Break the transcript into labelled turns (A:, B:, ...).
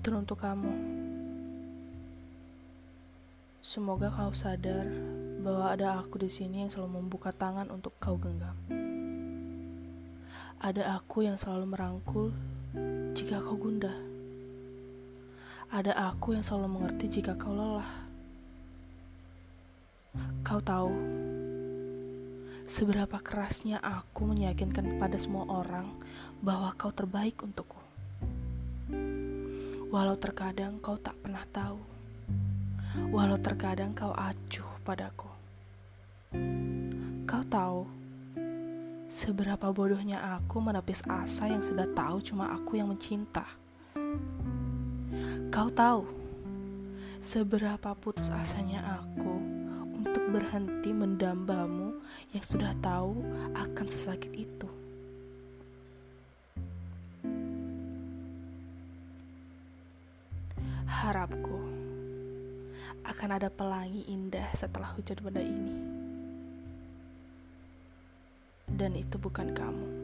A: Teruntuk kamu, semoga kau sadar bahwa ada aku di sini yang selalu membuka tangan untuk kau genggam. Ada aku yang selalu merangkul jika kau gundah. Ada aku yang selalu mengerti jika kau lelah. Kau tahu seberapa kerasnya aku meyakinkan pada semua orang bahwa kau terbaik untukku. Walau terkadang kau tak pernah tahu, walau terkadang kau acuh padaku. Kau tahu seberapa bodohnya aku menepis asa yang sudah tahu cuma aku yang mencinta. Kau tahu seberapa putus asanya aku untuk berhenti mendambamu yang sudah tahu akan sesakit itu. Harapku akan ada pelangi indah setelah hujan badai ini. Dan itu bukan kamu.